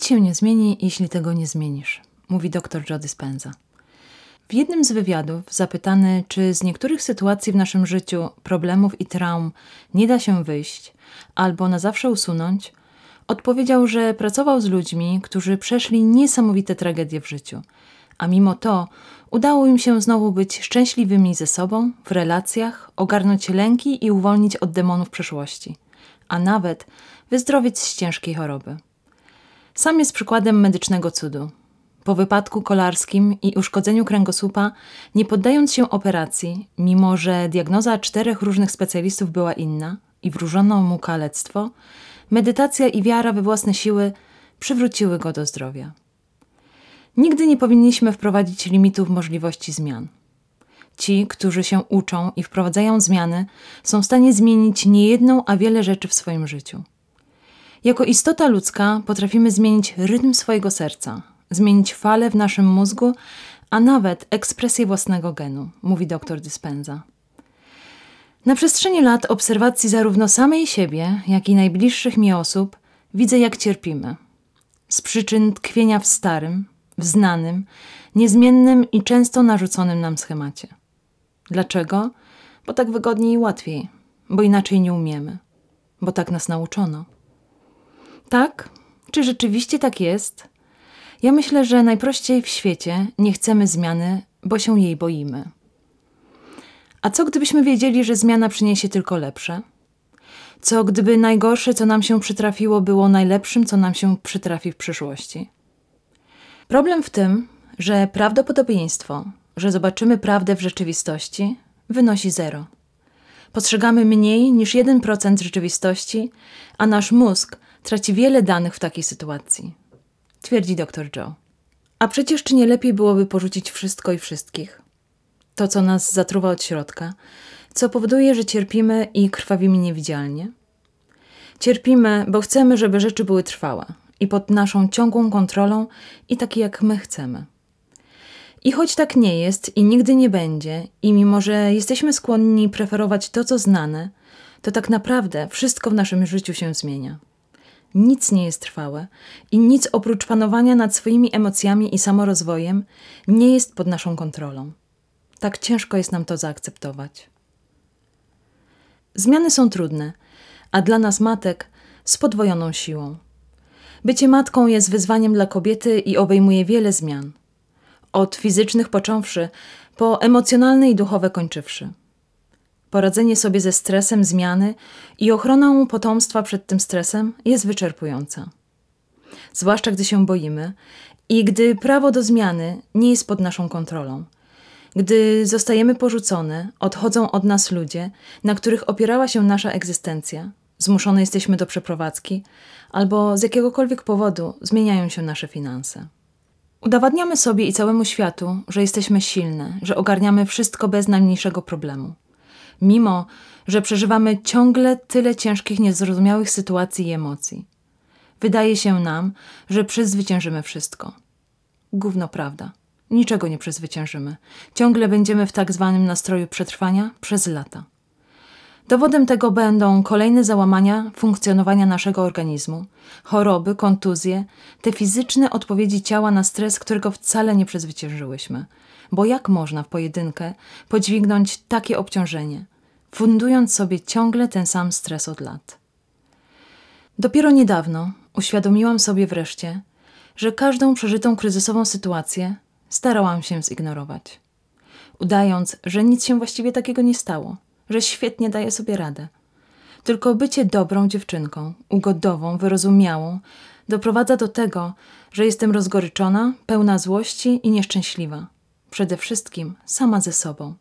się nie zmieni, jeśli tego nie zmienisz, mówi dr Joe Dispenza. W jednym z wywiadów, zapytany, czy z niektórych sytuacji w naszym życiu, problemów i traum nie da się wyjść albo na zawsze usunąć, odpowiedział, że pracował z ludźmi, którzy przeszli niesamowite tragedie w życiu, a mimo to udało im się znowu być szczęśliwymi ze sobą, w relacjach, ogarnąć lęki i uwolnić od demonów przeszłości, a nawet wyzdrowieć z ciężkiej choroby. Sam jest przykładem medycznego cudu. Po wypadku kolarskim i uszkodzeniu kręgosłupa, nie poddając się operacji, mimo że diagnoza 4 różnych specjalistów była inna i wróżono mu kalectwo, medytacja i wiara we własne siły przywróciły go do zdrowia. Nigdy nie powinniśmy wprowadzić limitów możliwości zmian. Ci, którzy się uczą i wprowadzają zmiany, są w stanie zmienić nie jedną, a wiele rzeczy w swoim życiu. Jako istota ludzka potrafimy zmienić rytm swojego serca, zmienić fale w naszym mózgu, a nawet ekspresję własnego genu, mówi dr Dispenza. Na przestrzeni lat obserwacji zarówno samej siebie, jak i najbliższych mi osób widzę, jak cierpimy. Z przyczyn tkwienia w starym, w znanym, niezmiennym i często narzuconym nam schemacie. Dlaczego? Bo tak wygodniej i łatwiej, bo inaczej nie umiemy, bo tak nas nauczono. Tak? Czy rzeczywiście tak jest? Ja myślę, że najprościej w świecie nie chcemy zmiany, bo się jej boimy. A co gdybyśmy wiedzieli, że zmiana przyniesie tylko lepsze? Co gdyby najgorsze, co nam się przytrafiło, było najlepszym, co nam się przytrafi w przyszłości? Problem w tym, że prawdopodobieństwo, że zobaczymy prawdę w rzeczywistości, wynosi 0. Postrzegamy mniej niż 1% rzeczywistości, a nasz mózg traci wiele danych w takiej sytuacji, twierdzi dr Joe. A przecież czy nie lepiej byłoby porzucić wszystko i wszystkich? To, co nas zatruwa od środka, co powoduje, że cierpimy i krwawimy niewidzialnie? Cierpimy, bo chcemy, żeby rzeczy były trwałe i pod naszą ciągłą kontrolą i takie, jak my chcemy. I choć tak nie jest i nigdy nie będzie, i mimo że jesteśmy skłonni preferować to, co znane, to tak naprawdę wszystko w naszym życiu się zmienia. Nic nie jest trwałe i nic oprócz panowania nad swoimi emocjami i samorozwojem nie jest pod naszą kontrolą. Tak ciężko jest nam to zaakceptować. Zmiany są trudne, a dla nas matek z podwojoną siłą. Bycie matką jest wyzwaniem dla kobiety i obejmuje wiele zmian. Od fizycznych począwszy, po emocjonalne i duchowe kończywszy. Poradzenie sobie ze stresem zmiany i ochroną potomstwa przed tym stresem jest wyczerpująca. Zwłaszcza gdy się boimy i gdy prawo do zmiany nie jest pod naszą kontrolą. Gdy zostajemy porzucone, odchodzą od nas ludzie, na których opierała się nasza egzystencja, zmuszone jesteśmy do przeprowadzki albo z jakiegokolwiek powodu zmieniają się nasze finanse. Udowadniamy sobie i całemu światu, że jesteśmy silne, że ogarniamy wszystko bez najmniejszego problemu. Mimo że przeżywamy ciągle tyle ciężkich, niezrozumiałych sytuacji i emocji. Wydaje się nam, że przezwyciężymy wszystko. Gówno prawda. Niczego nie przezwyciężymy. Ciągle będziemy w tak zwanym nastroju przetrwania przez lata. Dowodem tego będą kolejne załamania funkcjonowania naszego organizmu, choroby, kontuzje, te fizyczne odpowiedzi ciała na stres, którego wcale nie przezwyciężyłyśmy. Bo jak można w pojedynkę podźwignąć takie obciążenie, fundując sobie ciągle ten sam stres od lat? Dopiero niedawno uświadomiłam sobie wreszcie, że każdą przeżytą kryzysową sytuację starałam się zignorować, udając, że nic się właściwie takiego nie stało, że świetnie daję sobie radę. Tylko bycie dobrą dziewczynką, ugodową, wyrozumiałą doprowadza do tego, że jestem rozgoryczona, pełna złości i nieszczęśliwa. Przede wszystkim sama ze sobą.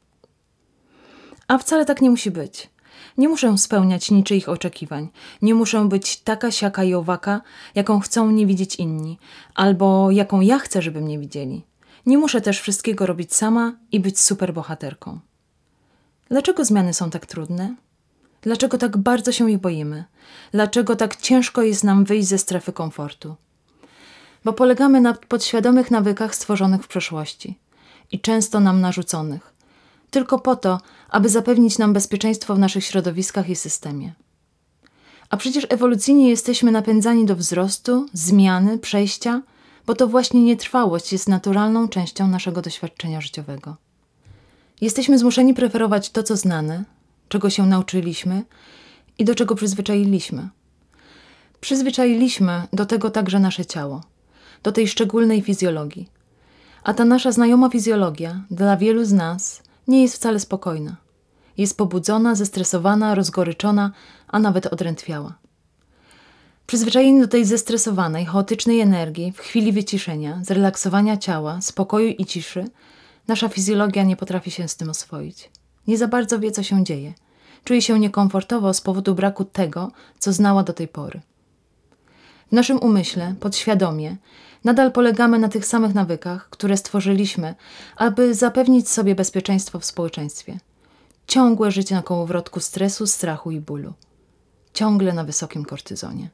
A wcale tak nie musi być. Nie muszę spełniać niczyich oczekiwań. Nie muszę być taka, siaka i owaka, jaką chcą mnie widzieć inni, albo jaką ja chcę, żeby mnie widzieli. Nie muszę też wszystkiego robić sama i być superbohaterką. Dlaczego zmiany są tak trudne? Dlaczego tak bardzo się ich boimy? Dlaczego tak ciężko jest nam wyjść ze strefy komfortu? Bo polegamy na podświadomych nawykach stworzonych w przeszłości i często nam narzuconych, tylko po to, aby zapewnić nam bezpieczeństwo w naszych środowiskach i systemie. A przecież ewolucyjnie jesteśmy napędzani do wzrostu, zmiany, przejścia, bo to właśnie nietrwałość jest naturalną częścią naszego doświadczenia życiowego. Jesteśmy zmuszeni preferować to, co znane, czego się nauczyliśmy i do czego przyzwyczailiśmy. Przyzwyczailiśmy do tego także nasze ciało, do tej szczególnej fizjologii. A ta nasza znajoma fizjologia dla wielu z nas nie jest wcale spokojna. Jest pobudzona, zestresowana, rozgoryczona, a nawet odrętwiała. Przyzwyczajeni do tej zestresowanej, chaotycznej energii w chwili wyciszenia, zrelaksowania ciała, spokoju i ciszy, nasza fizjologia nie potrafi się z tym oswoić. Nie za bardzo wie, co się dzieje. Czuje się niekomfortowo z powodu braku tego, co znała do tej pory. W naszym umyśle, podświadomie, nadal polegamy na tych samych nawykach, które stworzyliśmy, aby zapewnić sobie bezpieczeństwo w społeczeństwie. Ciągłe życie na kołowrotku stresu, strachu i bólu. Ciągle na wysokim kortyzonie.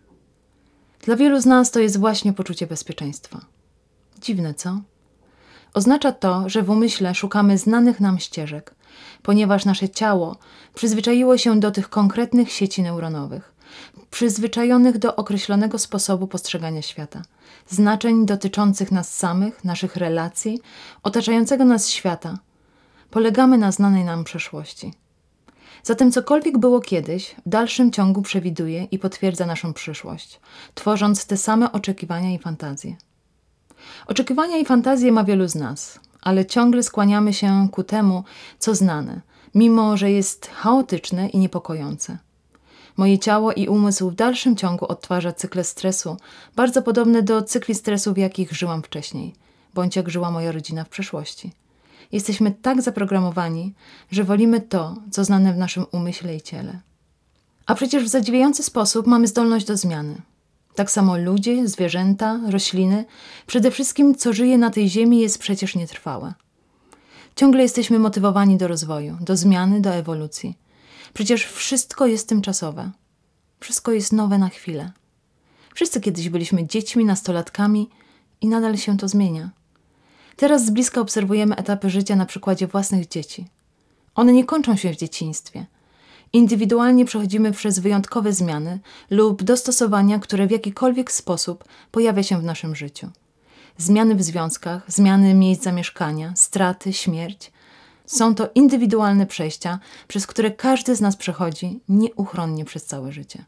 Dla wielu z nas to jest właśnie poczucie bezpieczeństwa. Dziwne, co? Oznacza to, że w umyśle szukamy znanych nam ścieżek, ponieważ nasze ciało przyzwyczaiło się do tych konkretnych sieci neuronowych, przyzwyczajonych do określonego sposobu postrzegania świata, znaczeń dotyczących nas samych, naszych relacji, otaczającego nas świata. Polegamy na znanej nam przeszłości. Zatem cokolwiek było kiedyś, w dalszym ciągu przewiduje i potwierdza naszą przyszłość, tworząc te same oczekiwania i fantazje. Oczekiwania i fantazje ma wielu z nas, ale ciągle skłaniamy się ku temu, co znane, mimo że jest chaotyczne i niepokojące. Moje ciało i umysł w dalszym ciągu odtwarza cykle stresu, bardzo podobne do cykli stresu, w jakich żyłam wcześniej, bądź jak żyła moja rodzina w przeszłości. Jesteśmy tak zaprogramowani, że wolimy to, co znane w naszym umyśle i ciele. A przecież w zadziwiający sposób mamy zdolność do zmiany. Tak samo ludzie, zwierzęta, rośliny, przede wszystkim co żyje na tej ziemi jest przecież nietrwałe. Ciągle jesteśmy motywowani do rozwoju, do zmiany, do ewolucji. Przecież wszystko jest tymczasowe. Wszystko jest nowe na chwilę. Wszyscy kiedyś byliśmy dziećmi, nastolatkami i nadal się to zmienia. Teraz z bliska obserwujemy etapy życia na przykładzie własnych dzieci. One nie kończą się w dzieciństwie. Indywidualnie przechodzimy przez wyjątkowe zmiany lub dostosowania, które w jakikolwiek sposób pojawia się w naszym życiu. Zmiany w związkach, zmiany miejsc zamieszkania, straty, śmierć. Są to indywidualne przejścia, przez które każdy z nas przechodzi nieuchronnie przez całe życie.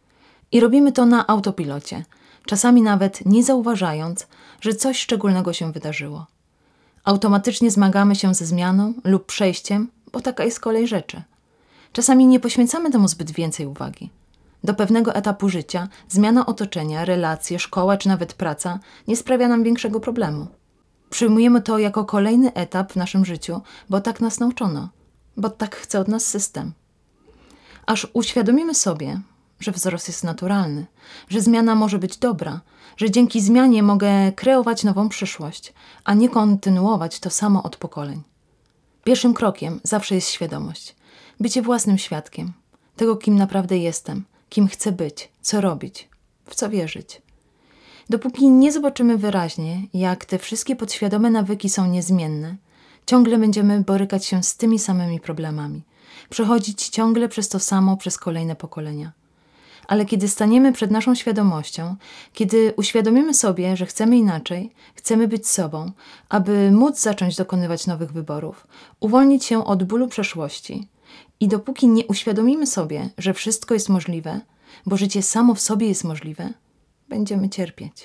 I robimy to na autopilocie, czasami nawet nie zauważając, że coś szczególnego się wydarzyło. Automatycznie zmagamy się ze zmianą lub przejściem, bo taka jest kolej rzeczy. Czasami nie poświęcamy temu zbyt więcej uwagi. Do pewnego etapu życia zmiana otoczenia, relacje, szkoła czy nawet praca nie sprawia nam większego problemu. Przyjmujemy to jako kolejny etap w naszym życiu, bo tak nas nauczono, bo tak chce od nas system. Aż uświadomimy sobie, że wzrost jest naturalny, że zmiana może być dobra, że dzięki zmianie mogę kreować nową przyszłość, a nie kontynuować to samo od pokoleń. Pierwszym krokiem zawsze jest świadomość. Bycie własnym świadkiem, tego kim naprawdę jestem, kim chcę być, co robić, w co wierzyć. Dopóki nie zobaczymy wyraźnie, jak te wszystkie podświadome nawyki są niezmienne, ciągle będziemy borykać się z tymi samymi problemami, przechodzić ciągle przez to samo przez kolejne pokolenia. Ale kiedy staniemy przed naszą świadomością, kiedy uświadomimy sobie, że chcemy inaczej, chcemy być sobą, aby móc zacząć dokonywać nowych wyborów, uwolnić się od bólu przeszłości i dopóki nie uświadomimy sobie, że wszystko jest możliwe, bo życie samo w sobie jest możliwe, będziemy cierpieć.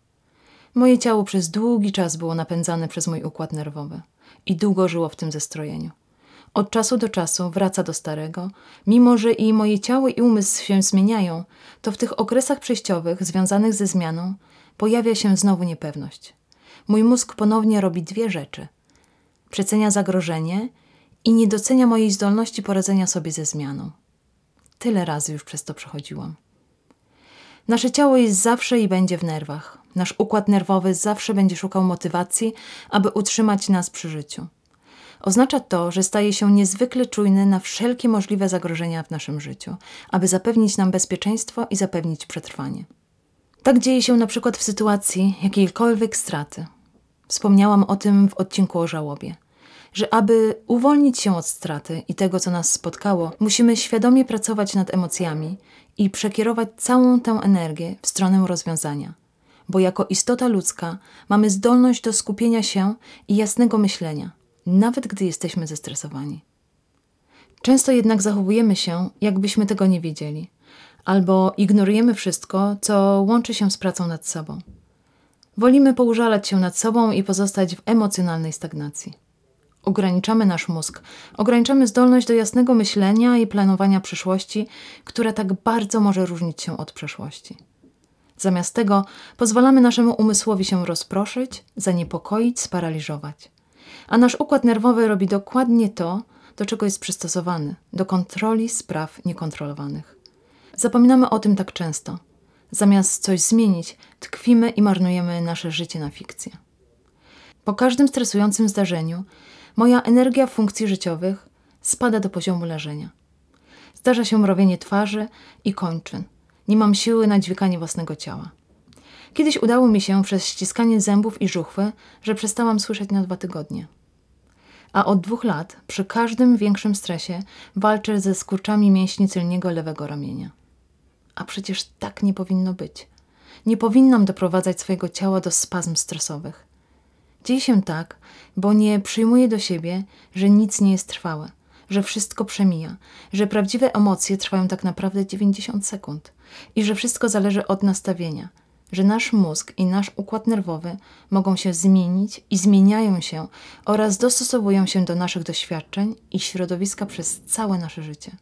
Moje ciało przez długi czas było napędzane przez mój układ nerwowy i długo żyło w tym zestrojeniu. Od czasu do czasu wraca do starego, mimo że i moje ciało i umysł się zmieniają, to w tych okresach przejściowych związanych ze zmianą pojawia się znowu niepewność. Mój mózg ponownie robi dwie rzeczy. Przecenia zagrożenie i nie docenia mojej zdolności poradzenia sobie ze zmianą. Tyle razy już przez to przechodziłam. Nasze ciało jest zawsze i będzie w nerwach. Nasz układ nerwowy zawsze będzie szukał motywacji, aby utrzymać nas przy życiu. Oznacza to, że staje się niezwykle czujny na wszelkie możliwe zagrożenia w naszym życiu, aby zapewnić nam bezpieczeństwo i zapewnić przetrwanie. Tak dzieje się na przykład w sytuacji jakiejkolwiek straty. Wspomniałam o tym w odcinku o żałobie. że aby uwolnić się od straty i tego, co nas spotkało, musimy świadomie pracować nad emocjami i przekierować całą tę energię w stronę rozwiązania. Bo jako istota ludzka mamy zdolność do skupienia się i jasnego myślenia, nawet gdy jesteśmy zestresowani. Często jednak zachowujemy się, jakbyśmy tego nie wiedzieli, albo ignorujemy wszystko, co łączy się z pracą nad sobą. Wolimy poużalać się nad sobą i pozostać w emocjonalnej stagnacji. Ograniczamy nasz mózg, ograniczamy zdolność do jasnego myślenia i planowania przyszłości, która tak bardzo może różnić się od przeszłości. Zamiast tego pozwalamy naszemu umysłowi się rozproszyć, zaniepokoić, sparaliżować. A nasz układ nerwowy robi dokładnie to, do czego jest przystosowany, do kontroli spraw niekontrolowanych. Zapominamy o tym tak często. Zamiast coś zmienić, tkwimy i marnujemy nasze życie na fikcję. Po każdym stresującym zdarzeniu moja energia funkcji życiowych spada do poziomu leżenia. Zdarza się mrowienie twarzy i kończyn. Nie mam siły na dźwiganie własnego ciała. Kiedyś udało mi się przez ściskanie zębów i żuchwy, że przestałam słyszeć na 2 tygodnie. A od 2 lat, przy każdym większym stresie, walczę ze skurczami mięśni tylniego lewego ramienia. A przecież tak nie powinno być. Nie powinnam doprowadzać swojego ciała do spazm stresowych. Dzieje się tak, bo nie przyjmuję do siebie, że nic nie jest trwałe, że wszystko przemija, że prawdziwe emocje trwają tak naprawdę 90 sekund i że wszystko zależy od nastawienia, że nasz mózg i nasz układ nerwowy mogą się zmienić i zmieniają się oraz dostosowują się do naszych doświadczeń i środowiska przez całe nasze życie.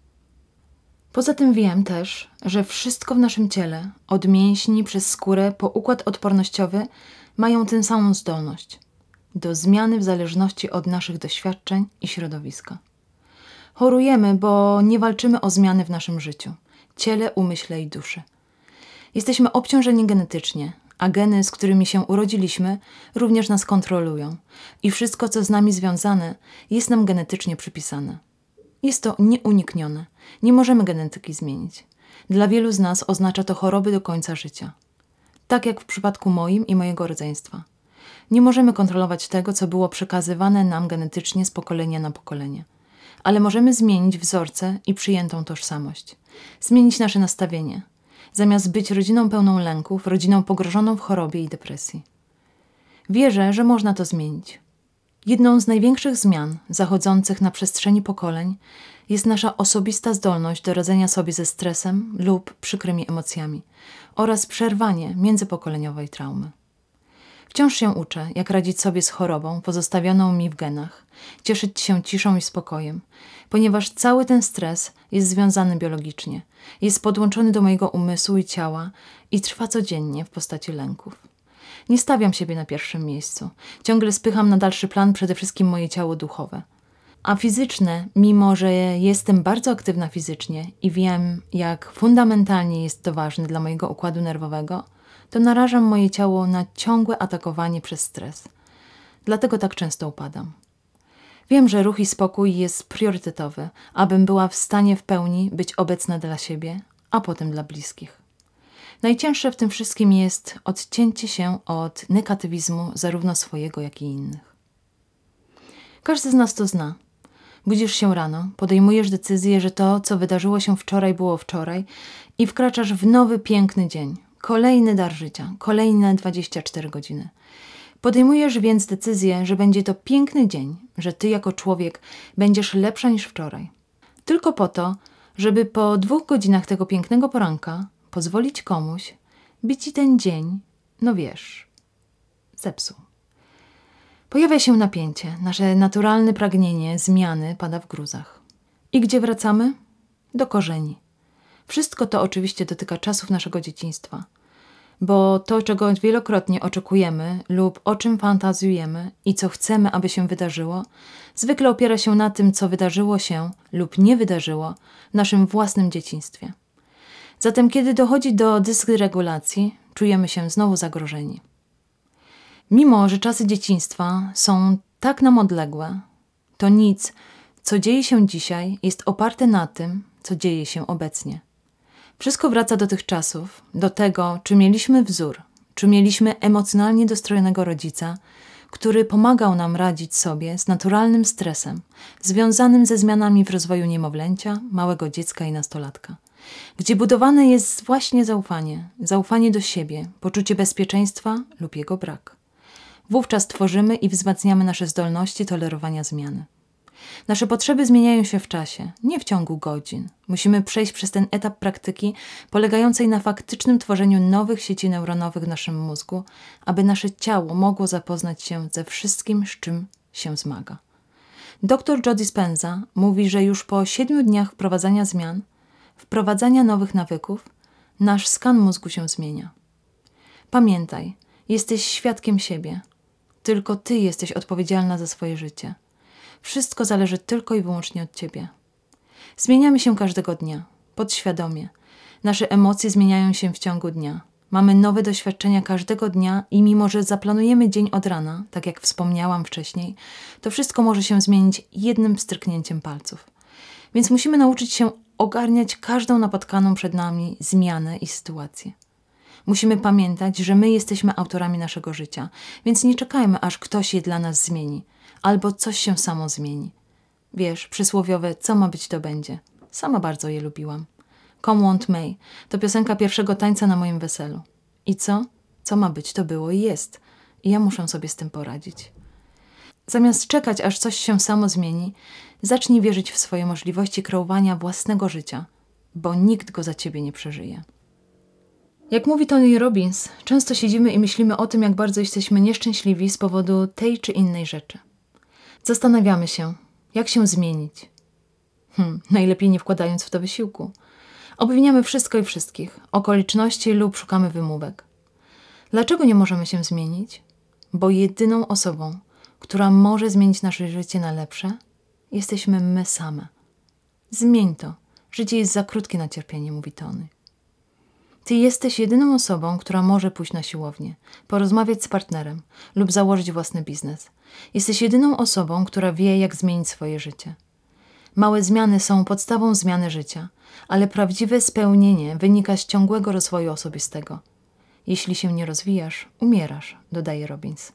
Poza tym wiem też, że wszystko w naszym ciele, od mięśni przez skórę po układ odpornościowy, mają tę samą zdolność do zmiany w zależności od naszych doświadczeń i środowiska. Chorujemy, bo nie walczymy o zmiany w naszym życiu, ciele, umyśle i duszy. Jesteśmy obciążeni genetycznie, a geny, z którymi się urodziliśmy, również nas kontrolują i wszystko, co z nami związane, jest nam genetycznie przypisane. Jest to nieuniknione. Nie możemy genetyki zmienić. Dla wielu z nas oznacza to choroby do końca życia. Tak jak w przypadku moim i mojego rodzeństwa. Nie możemy kontrolować tego, co było przekazywane nam genetycznie z pokolenia na pokolenie. Ale możemy zmienić wzorce i przyjętą tożsamość. Zmienić nasze nastawienie. Zamiast być rodziną pełną lęków, rodziną pogrożoną w chorobie i depresji. Wierzę, że można to zmienić. Jedną z największych zmian zachodzących na przestrzeni pokoleń jest nasza osobista zdolność do radzenia sobie ze stresem lub przykrymi emocjami oraz przerwanie międzypokoleniowej traumy. Wciąż się uczę, jak radzić sobie z chorobą pozostawioną mi w genach, cieszyć się ciszą i spokojem, ponieważ cały ten stres jest związany biologicznie, jest podłączony do mojego umysłu i ciała i trwa codziennie w postaci lęków. Nie stawiam siebie na pierwszym miejscu. Ciągle spycham na dalszy plan przede wszystkim moje ciało duchowe. A fizyczne, mimo że jestem bardzo aktywna fizycznie i wiem, jak fundamentalnie jest to ważne dla mojego układu nerwowego, to narażam moje ciało na ciągłe atakowanie przez stres. Dlatego tak często upadam. Wiem, że ruch i spokój jest priorytetowy, abym była w stanie w pełni być obecna dla siebie, a potem dla bliskich. Najcięższe w tym wszystkim jest odcięcie się od negatywizmu zarówno swojego, jak i innych. Każdy z nas to zna. Budzisz się rano, podejmujesz decyzję, że to, co wydarzyło się wczoraj, było wczoraj i wkraczasz w nowy, piękny dzień. Kolejny dar życia, kolejne 24 godziny. Podejmujesz więc decyzję, że będzie to piękny dzień, że ty jako człowiek będziesz lepsza niż wczoraj. Tylko po to, żeby po 2 godzinach tego pięknego poranka pozwolić komuś, by ci ten dzień, zepsuł. Pojawia się napięcie, nasze naturalne pragnienie zmiany pada w gruzach. I gdzie wracamy? Do korzeni. Wszystko to oczywiście dotyka czasów naszego dzieciństwa, bo to, czego wielokrotnie oczekujemy lub o czym fantazjujemy i co chcemy, aby się wydarzyło, zwykle opiera się na tym, co wydarzyło się lub nie wydarzyło w naszym własnym dzieciństwie. Zatem, kiedy dochodzi do dysregulacji, czujemy się znowu zagrożeni. Mimo że czasy dzieciństwa są tak nam odległe, to nic, co dzieje się dzisiaj, jest oparte na tym, co dzieje się obecnie. Wszystko wraca do tych czasów, do tego, czy mieliśmy wzór, czy mieliśmy emocjonalnie dostrojonego rodzica, który pomagał nam radzić sobie z naturalnym stresem związanym ze zmianami w rozwoju niemowlęcia, małego dziecka i nastolatka, gdzie budowane jest właśnie zaufanie do siebie, poczucie bezpieczeństwa lub jego brak. Wówczas tworzymy i wzmacniamy nasze zdolności tolerowania zmiany. Nasze potrzeby zmieniają się w czasie, nie w ciągu godzin. Musimy przejść przez ten etap praktyki polegającej na faktycznym tworzeniu nowych sieci neuronowych w naszym mózgu, aby nasze ciało mogło zapoznać się ze wszystkim, z czym się zmaga. Dr Joe Dispenza mówi, że już po 7 dniach wprowadzania zmian, wprowadzania nowych nawyków, nasz skan mózgu się zmienia. Pamiętaj, jesteś świadkiem siebie. Tylko ty jesteś odpowiedzialna za swoje życie. Wszystko zależy tylko i wyłącznie od ciebie. Zmieniamy się każdego dnia, podświadomie. Nasze emocje zmieniają się w ciągu dnia. Mamy nowe doświadczenia każdego dnia i mimo, że zaplanujemy dzień od rana, tak jak wspomniałam wcześniej, to wszystko może się zmienić jednym pstryknięciem palców. Więc musimy nauczyć się ogarniać każdą napotkaną przed nami zmianę i sytuację. Musimy pamiętać, że my jesteśmy autorami naszego życia, więc nie czekajmy, aż ktoś je dla nas zmieni, albo coś się samo zmieni. Wiesz, przysłowiowe, co ma być, to będzie. Sama bardzo je lubiłam. Come What May to piosenka pierwszego tańca na moim weselu. I co? Co ma być, to było i jest. I ja muszę sobie z tym poradzić. Zamiast czekać, aż coś się samo zmieni, zacznij wierzyć w swoje możliwości kreowania własnego życia, bo nikt go za ciebie nie przeżyje. Jak mówi Tony Robbins, często siedzimy i myślimy o tym, jak bardzo jesteśmy nieszczęśliwi z powodu tej czy innej rzeczy. Zastanawiamy się, jak się zmienić. Najlepiej nie wkładając w to wysiłku. Obwiniamy wszystko i wszystkich, okoliczności lub szukamy wymówek. Dlaczego nie możemy się zmienić? Bo jedyną osobą, która może zmienić nasze życie na lepsze, jesteśmy my same. Zmień to. Życie jest za krótkie na cierpienie, mówi Tony. Ty jesteś jedyną osobą, która może pójść na siłownię, porozmawiać z partnerem lub założyć własny biznes. Jesteś jedyną osobą, która wie, jak zmienić swoje życie. Małe zmiany są podstawą zmiany życia, ale prawdziwe spełnienie wynika z ciągłego rozwoju osobistego. Jeśli się nie rozwijasz, umierasz, dodaje Robbins.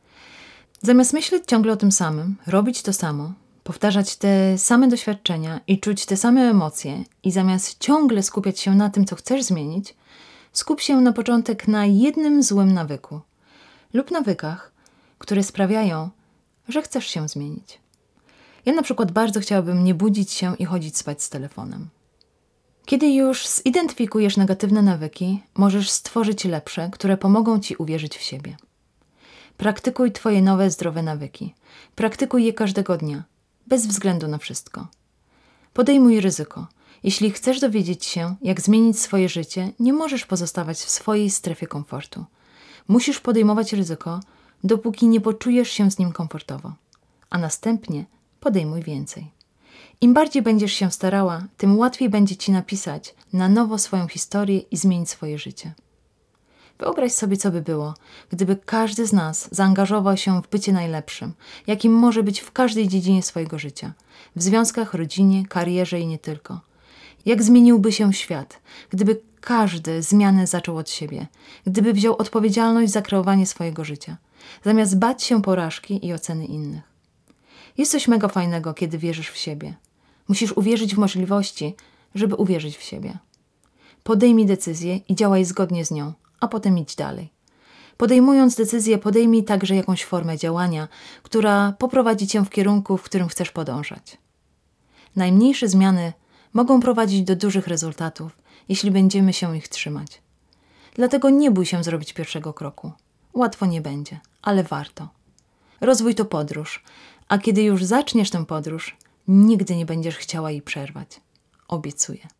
Zamiast myśleć ciągle o tym samym, robić to samo, powtarzać te same doświadczenia i czuć te same emocje i zamiast ciągle skupiać się na tym, co chcesz zmienić, skup się na początek na jednym złym nawyku lub nawykach, które sprawiają, że chcesz się zmienić. Ja na przykład bardzo chciałabym nie budzić się i chodzić spać z telefonem. Kiedy już zidentyfikujesz negatywne nawyki, możesz stworzyć lepsze, które pomogą ci uwierzyć w siebie. Praktykuj twoje nowe, zdrowe nawyki. Praktykuj je każdego dnia, bez względu na wszystko. Podejmuj ryzyko. Jeśli chcesz dowiedzieć się, jak zmienić swoje życie, nie możesz pozostawać w swojej strefie komfortu. Musisz podejmować ryzyko, dopóki nie poczujesz się z nim komfortowo. A następnie podejmuj więcej. Im bardziej będziesz się starała, tym łatwiej będzie ci napisać na nowo swoją historię i zmienić swoje życie. Wyobraź sobie, co by było, gdyby każdy z nas zaangażował się w bycie najlepszym, jakim może być w każdej dziedzinie swojego życia, w związkach, rodzinie, karierze i nie tylko. Jak zmieniłby się świat, gdyby każdy zmianę zaczął od siebie, gdyby wziął odpowiedzialność za kreowanie swojego życia, zamiast bać się porażki i oceny innych. Jest coś mega fajnego, kiedy wierzysz w siebie. Musisz uwierzyć w możliwości, żeby uwierzyć w siebie. Podejmij decyzję i działaj zgodnie z nią, a potem idź dalej. Podejmując decyzję, podejmij także jakąś formę działania, która poprowadzi cię w kierunku, w którym chcesz podążać. Najmniejsze zmiany mogą prowadzić do dużych rezultatów, jeśli będziemy się ich trzymać. Dlatego nie bój się zrobić pierwszego kroku. Łatwo nie będzie, ale warto. Rozwój to podróż, a kiedy już zaczniesz tę podróż, nigdy nie będziesz chciała jej przerwać. Obiecuję.